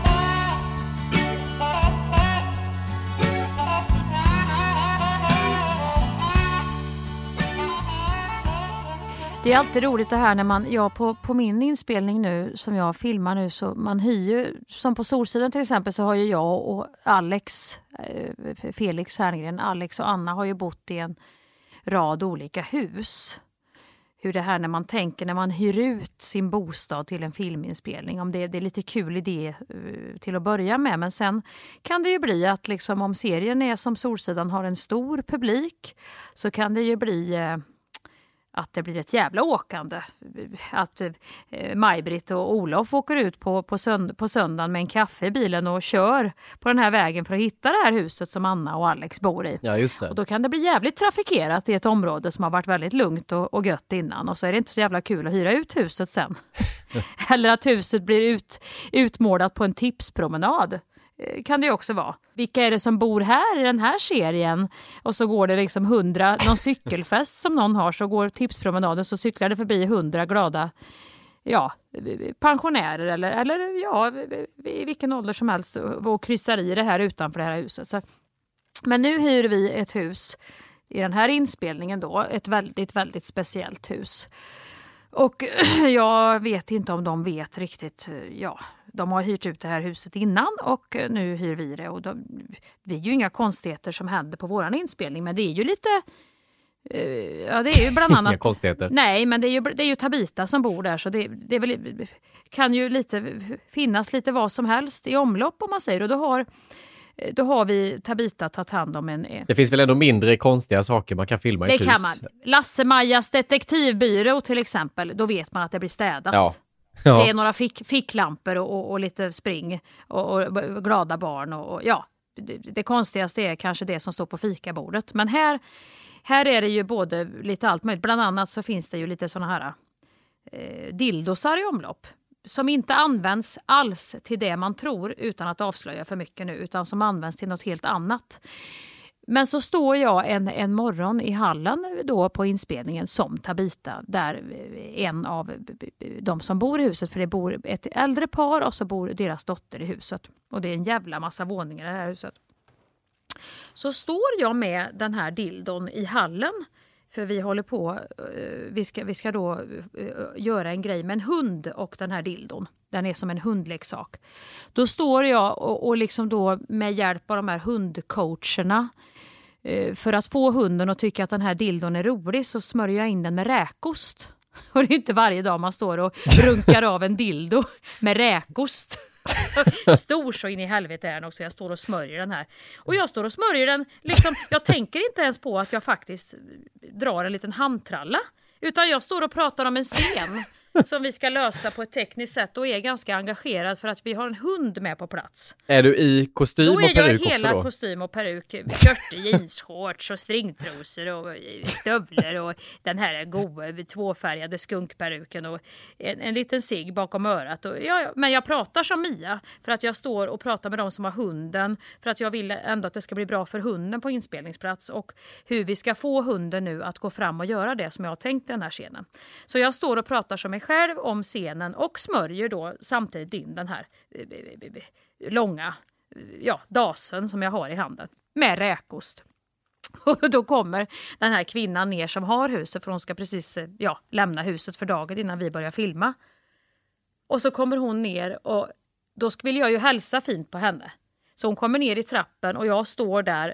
Det är alltid roligt det här när på min inspelning nu som jag filmar nu, så man hyr ju, som på Solsidan till exempel, så har ju jag och Alex, Felix Herngren, Alex och Anna har ju bott i en rad olika hus. Hur det här när man hyr ut sin bostad till en filminspelning, om det är lite kul idé till att börja med, men sen kan det ju bli att liksom, om serien är som Solsidan har en stor publik, så kan det ju bli att det blir ett jävla åkande. Att Maj-Britt och Olof åker ut på söndagen med en kaffe i bilen och kör på den här vägen för att hitta det här huset som Anna och Alex bor i. Ja, just det. Och då kan det bli jävligt trafikerat i ett område som har varit väldigt lugnt och gött innan. Och så är det inte så jävla kul att hyra ut huset sen. Eller att huset blir utmålat på en tipspromenad. Kan det också vara. Vilka är det som bor här i den här serien? Och så går det liksom 100, någon cykelfest som någon har, så går tipspromenaden, så cyklar det förbi 100 glada pensionärer eller i vilken ålder som helst och kryssar i det här utanför det här huset. Så, men nu hyr vi ett hus i den här inspelningen då, ett väldigt, väldigt speciellt hus. Och jag vet inte om de vet riktigt, de har hyrt ut det här huset innan och nu hyr vi det. Och det är ju inga konstigheter som händer på våran inspelning, men det är ju lite, det är ju bland annat... Inga konstigheter. Nej, men det är ju Tabita som bor där, så det är väl, kan ju finnas lite vad som helst i omlopp om man säger. Och då har vi Tabita tagit hand om en... Det finns väl ändå mindre konstiga saker man kan filma i ett hus? Det kan man. Lasse-Majas detektivbyrå till exempel, då vet man att det blir städat. Ja. Det är några ficklampor och lite spring och glada barn. Och det konstigaste är kanske det som står på fikabordet. Men här är det ju både lite allt möjligt. Bland annat så finns det ju lite såna här dildosar i omlopp. Som inte används alls till det man tror, utan att avslöja för mycket nu, utan som används till något helt annat. Men så står jag en morgon i hallen då på inspelningen som Tabita, där en av de som bor i huset, för det bor ett äldre par och så bor deras dotter i huset. Och det är en jävla massa våningar i det här huset. Så står jag med den här dildon i hallen. För vi håller på, vi ska då göra en grej med en hund och den här dildon. Den är som en hundleksak. Då står jag och liksom då med hjälp av de här hundcoacherna, för att få hunden att tycka att den här dildon är rolig, så smörjer jag in den med räkost. Och det är inte varje dag man står och runkar av en dildo med räkost. Stor så in i helvete är den också. Jag står och smörjer den här. Och jag står och smörjer den liksom, jag tänker inte ens på att jag faktiskt drar en liten handtralla, utan jag står och pratar om en scen som vi ska lösa på ett tekniskt sätt och är ganska engagerad för att vi har en hund med på plats. Är du i kostym och peruk också då? Då är jag hela kostym och peruk, skjortor, jeansshorts och stringtrosor och stövlar och den här goda tvåfärgade skunkperuken och en liten cigg bakom örat. Och men jag pratar som Mia för att jag står och pratar med de som har hunden, för att jag vill ändå att det ska bli bra för hunden på inspelningsplats och hur vi ska få hunden nu att gå fram och göra det som jag har tänkt i den här scenen. Så jag står och pratar som mig själv om scenen och smörjer då samtidigt in den här långa dasen som jag har i handen med räkost. Och då kommer den här kvinnan ner som har huset, för hon ska precis lämna huset för dagen innan vi börjar filma. Och så kommer hon ner och då vill jag ju hälsa fint på henne. Så hon kommer ner i trappen och jag står där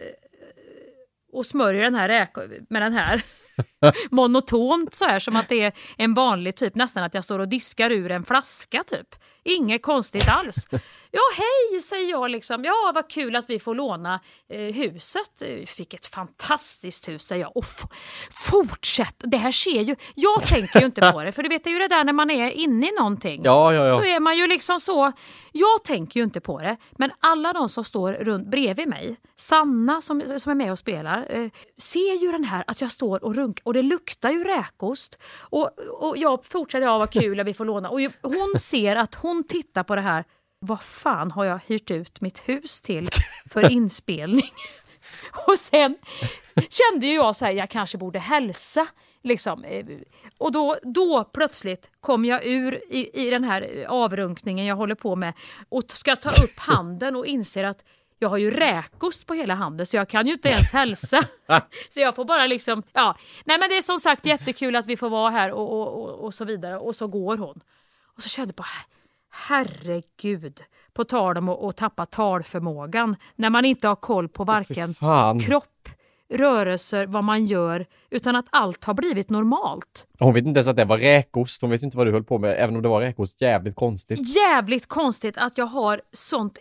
och smörjer den här med den här monotont så här, som att det är en vanlig typ, nästan att jag står och diskar ur en flaska typ. Inget konstigt alls. Ja, hej, säger jag liksom. Ja, vad kul att vi får låna huset. Vi fick ett fantastiskt hus, säger jag. Och fortsätt. Det här sker ju. Jag tänker ju inte på det. För du vet ju det där när man är inne i någonting. Ja. Så är man ju liksom så. Jag tänker ju inte på det. Men alla de som står runt bredvid mig. Sanna som är med och spelar. Ser ju den här att jag står och runkar. Och det luktar ju räkost. Och jag fortsätter, vad kul att vi får låna. Och hon ser att hon tittar på det här. Vad fan har jag hyrt ut mitt hus till för inspelning? Och sen kände ju jag så här, jag kanske borde hälsa. Liksom. Och då plötsligt kom jag ur i den här avrunkningen jag håller på med. Och ska ta upp handen och inser att jag har ju räkost på hela handen. Så jag kan ju inte ens hälsa. Så jag får bara liksom, nej men det är som sagt jättekul att vi får vara här och så vidare. Och så går hon. Och så kände jag bara, herregud, på tal om att tappa talförmågan när man inte har koll på varken kropp, rörelser, vad man gör, utan att allt har blivit normalt. Hon vet inte ens att det var räkost, hon vet inte vad du höll på med, även om det var räkost. Jävligt konstigt. Jävligt konstigt att jag har sånt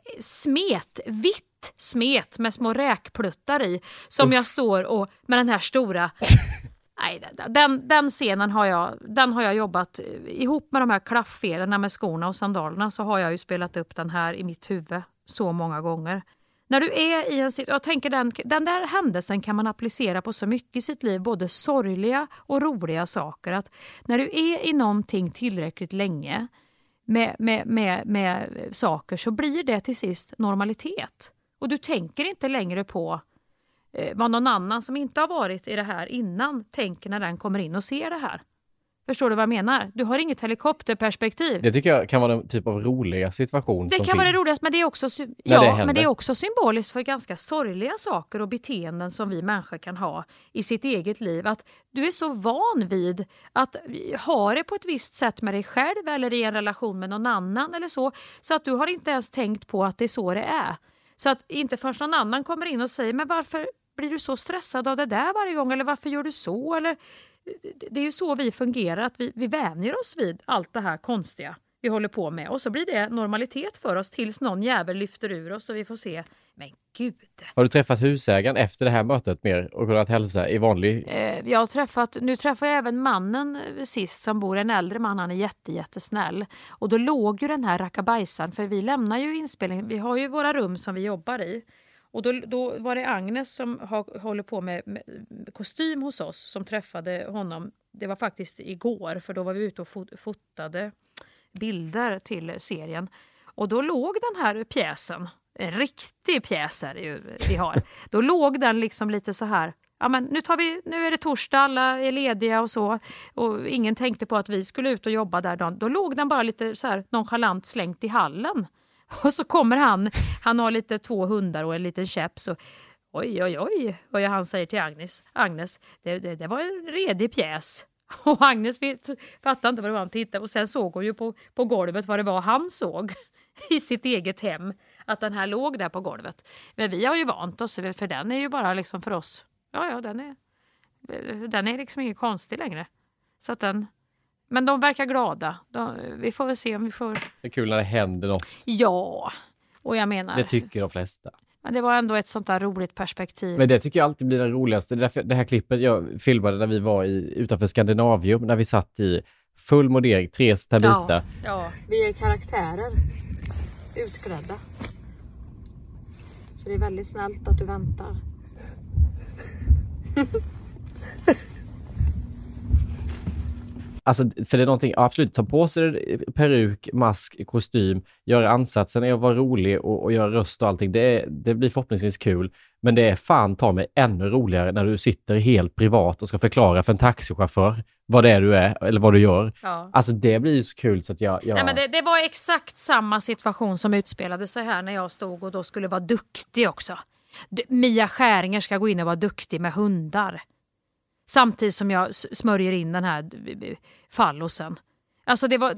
vitt smet med små räkpluttar i, som jag står och med den här stora. Nej, den scenen har jag jobbat ihop med de här klafffelerna med skorna och sandalerna, så har jag ju spelat upp den här i mitt huvud så många gånger. När du är i jag tänker den där händelsen kan man applicera på så mycket i sitt liv, både sorgliga och roliga saker, att när du är i någonting tillräckligt länge med saker, så blir det till sist normalitet. Och du tänker inte längre på vad någon annan som inte har varit i det här innan tänker när den kommer in och ser det här. Förstår du vad jag menar? Du har inget helikopterperspektiv. Det tycker jag kan vara en typ av roliga situation. Det kan vara det roligaste, men det är också men det är också symboliskt för ganska sorgliga saker och beteenden som vi människor kan ha i sitt eget liv. Att du är så van vid att ha det på ett visst sätt med dig själv eller i en relation med någon annan eller så att du har inte ens tänkt på att det är så det är. Så att inte först någon annan kommer in och säger, men varför blir du så stressad av det där varje gång? Eller varför gör du så? Eller, det är ju så vi fungerar, att vi vänjer oss vid allt det här konstiga vi håller på med. Och så blir det normalitet för oss tills någon jävel lyfter ur oss och vi får se, men gud. Har du träffat husägaren efter det här mötet mer och kunnat hälsa i vanlig? Nu träffar jag även mannen sist som bor, en äldre man, han är jättesnäll. Och då låg ju den här rackabajsan, för vi lämnar ju inspelningen, vi har ju våra rum som vi jobbar i. Och då var det Agnes som håller på med kostym hos oss som träffade honom. Det var faktiskt igår, för då var vi ute och fotade bilder till serien. Och då låg den här pjäsen, en riktig pjäs är det ju vi har. Då låg den liksom lite så här, ja men nu är det torsdag, alla är lediga och så. Och ingen tänkte på att vi skulle ut och jobba där. Då låg den bara lite så här nonchalant slängt i hallen. Och så kommer han har lite 2 hundar och en liten käpp, så oj. Och han säger till Agnes, det var en redig pjäs. Och Agnes fattade inte vad det var han tittade. Och sen såg hon ju på golvet vad det var han såg i sitt eget hem. Att den här låg där på golvet. Men vi har ju vant oss, för den är ju bara liksom för oss. Ja, den är liksom inget konstig längre. Så att men de verkar glada. Vi får väl se om vi får... Det är kul när det händer något. Ja, och jag menar... Det tycker de flesta. Men det var ändå ett sånt där roligt perspektiv. Men det tycker jag alltid blir det roligaste. Det här klippet jag filmade när vi var utanför Skandinavium, när vi satt i full modering, 3 stabita. Ja, vi är karaktärer. Utklädda. Så det är väldigt snällt att du väntar. Alltså, för det är någonting, absolut, ta på sig peruk, mask, kostym, göra ansatsen att vara rolig och göra röst och allting. Det blir förhoppningsvis kul. Men det är fan ta mig ännu roligare när du sitter helt privat och ska förklara för en taxichaufför vad det är du är eller vad du gör. Ja. Alltså det blir ju så kul så att jag... Nej, men det var exakt samma situation som utspelade sig här när jag stod och då skulle vara duktig också. Mia Skäringer ska gå in och vara duktig med hundar. Samtidigt som jag smörjer in den här fallosen. Alltså det var...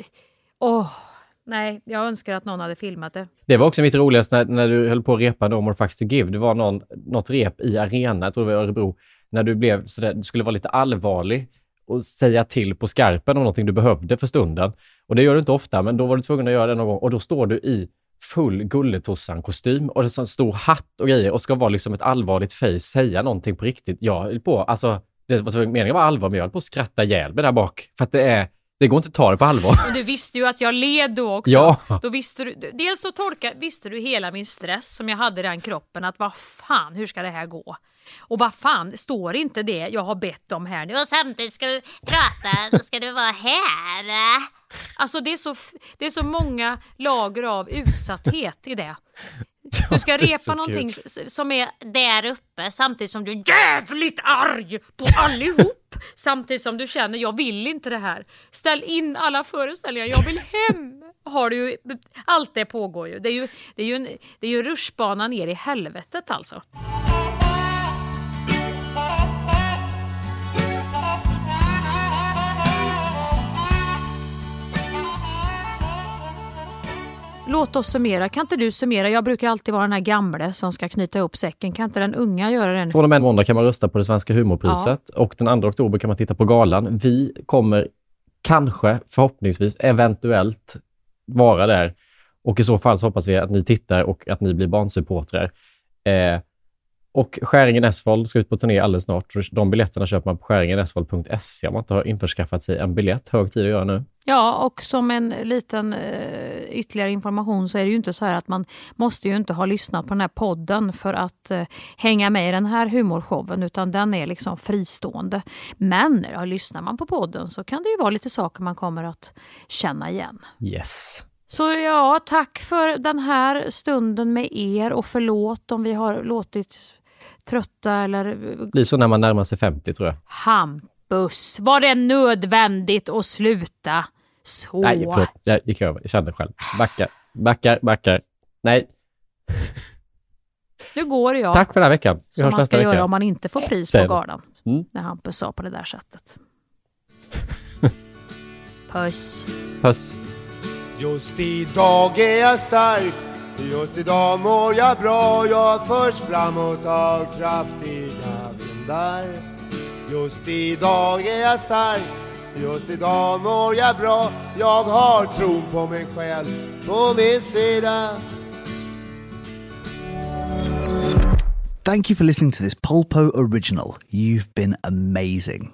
Nej, jag önskar att någon hade filmat det. Det var också mitt roligaste när du höll på att repa No More Fucks to Give. Det var något rep i arena, jag tror det var Örebro, när du blev sådär, du skulle vara lite allvarlig och säga till på skarpen om någonting du behövde för stunden. Och det gör du inte ofta, men då var du tvungen att göra det någon gång. Och då står du i full Gulletossan-kostym och en sån stor hatt och grejer och ska vara liksom ett allvarligt face, säga någonting på riktigt. Jag höll på, alltså det var meningen var allvar, men jag höll på att skratta ihjäl med där bak. För att det går inte att ta det på allvar. Men du visste ju att jag led då också. Ja. Då visste du, dels så visste du hela min stress som jag hade i den kroppen. Att vad fan, hur ska det här gå? Och vad fan, står inte det jag har bett om här nu? Och samtidigt ska du prata, då ska du vara här. Alltså det är så många lager av utsatthet i det. Du ska repa någonting som är där uppe samtidigt som du är jävligt arg på allihop. Samtidigt som du känner, jag vill inte det här. Ställ in alla föreställningar, jag vill hem. Har du ju, allt det pågår ju. Det är ju rutschbana ner i helvetet alltså. Låt oss summera. Kan inte du summera? Jag brukar alltid vara den här gamle som ska knyta ihop säcken. Kan inte den unga göra det? Från och med måndag kan man rösta på det svenska humorpriset. Ja. Och den 2 oktober kan man titta på galan. Vi kommer kanske, förhoppningsvis, eventuellt vara där. Och i så fall så hoppas vi att ni tittar och att ni blir barnsupportrar. Och Skäringen Esvold ska ut på turné alldeles snart. De biljetterna köper man på skäringenesvold.se om man inte har införskaffat sig en biljett. Hög tid att göra nu. Ja, och som en liten ytterligare information så är det ju inte så här att man måste ju inte ha lyssnat på den här podden för att hänga med i den här humorshowen, utan den är liksom fristående. Men lyssnar man på podden så kan det ju vara lite saker man kommer att känna igen. Yes. Så ja, tack för den här stunden med er och förlåt om vi har låtit trötta eller... Det blir så när man närmar sig 50 tror jag. Hampus, var det nödvändigt att sluta så? Nej, förlåt. Jag gick över. Jag kände själv. Backar. Nej. Nu går jag. Tack för den här veckan. Som man ska göra om man inte får pris på galan. När Hampus sa på det där sättet. Puss. Puss. Just idag är jag stark, just idag mår jag bra. Jag förs framåt av kraftiga vindar. Just idag är jag stark, just idag mår jag bra. Jag har tron på mig själv på min sida. Thank you for listening to this Polpo original. You've been amazing.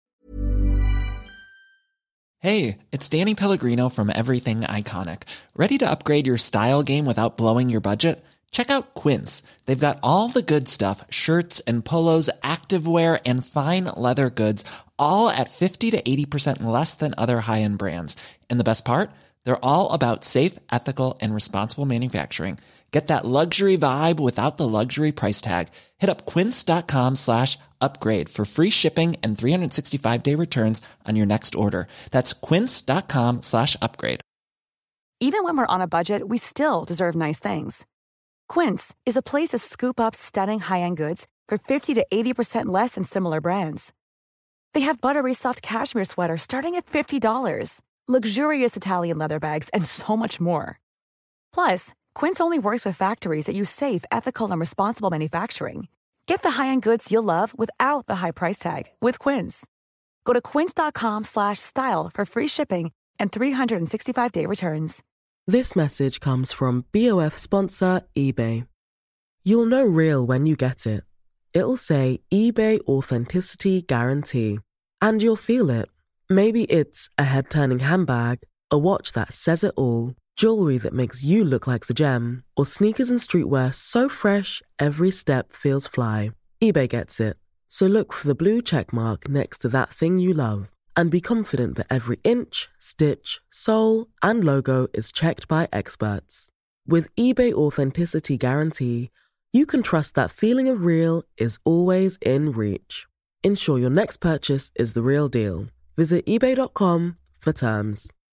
Hey, it's Danny Pellegrino from Everything Iconic. Ready to upgrade your style game without blowing your budget? Check out Quince. They've got all the good stuff, shirts and polos, activewear and fine leather goods, all at 50 to 80% less than other high-end brands. And the best part? They're all about safe, ethical, and responsible manufacturing. Get that luxury vibe without the luxury price tag. Hit up quince.com/upgrade for free shipping and 365-day returns on your next order. That's quince.com/upgrade. Even when we're on a budget, we still deserve nice things. Quince is a place to scoop up stunning high-end goods for 50 to 80% less than similar brands. They have buttery soft cashmere sweaters starting at $50, luxurious Italian leather bags, and so much more. Plus, Quince only works with factories that use safe, ethical, and responsible manufacturing. Get the high-end goods you'll love without the high price tag with Quince. Go to quince.com/style for free shipping and 365-day returns. This message comes from BOF sponsor eBay. You'll know real when you get it. It'll say eBay Authenticity Guarantee. And you'll feel it. Maybe it's a head-turning handbag, a watch that says it all, jewelry that makes you look like the gem, or sneakers and streetwear so fresh every step feels fly. eBay gets it. So look for the blue check mark next to that thing you love. and be confident that every inch, stitch, sole, and logo is checked by experts. With eBay Authenticity Guarantee, you can trust that feeling of real is always in reach. Ensure your next purchase is the real deal. Visit ebay.com for terms.